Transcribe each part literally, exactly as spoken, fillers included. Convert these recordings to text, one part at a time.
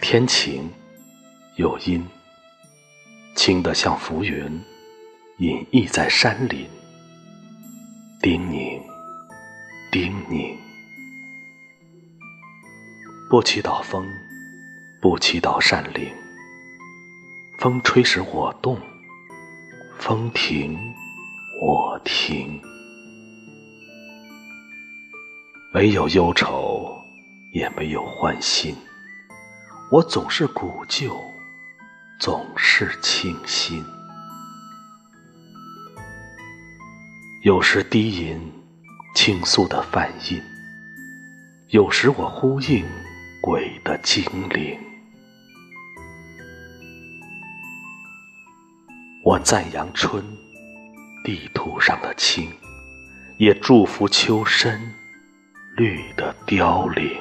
天晴，有阴，轻得像浮云，隐逸在山林。叮咛，叮咛，不祈祷风，不祈祷善灵。风吹时我动，风停我停。没有忧愁，也没有欢欣，我总是古旧，总是清新。有时低吟倾诉的梵音，有时我呼应鬼的精灵。我赞扬春地图上的青，也祝福秋深绿的凋零。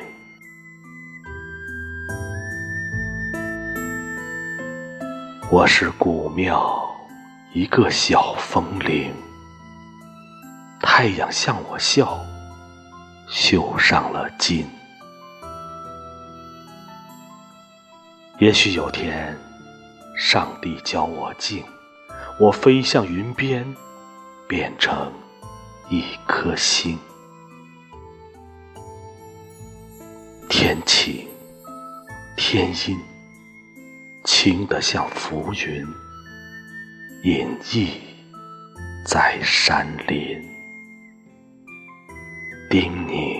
我是古庙一个小风铃，太阳向我笑，绣上了金。也许有天，上帝教我静，我飞向云边，变成一颗星。天晴，天阴，轻得像浮云，隐逸在山林。叮咛，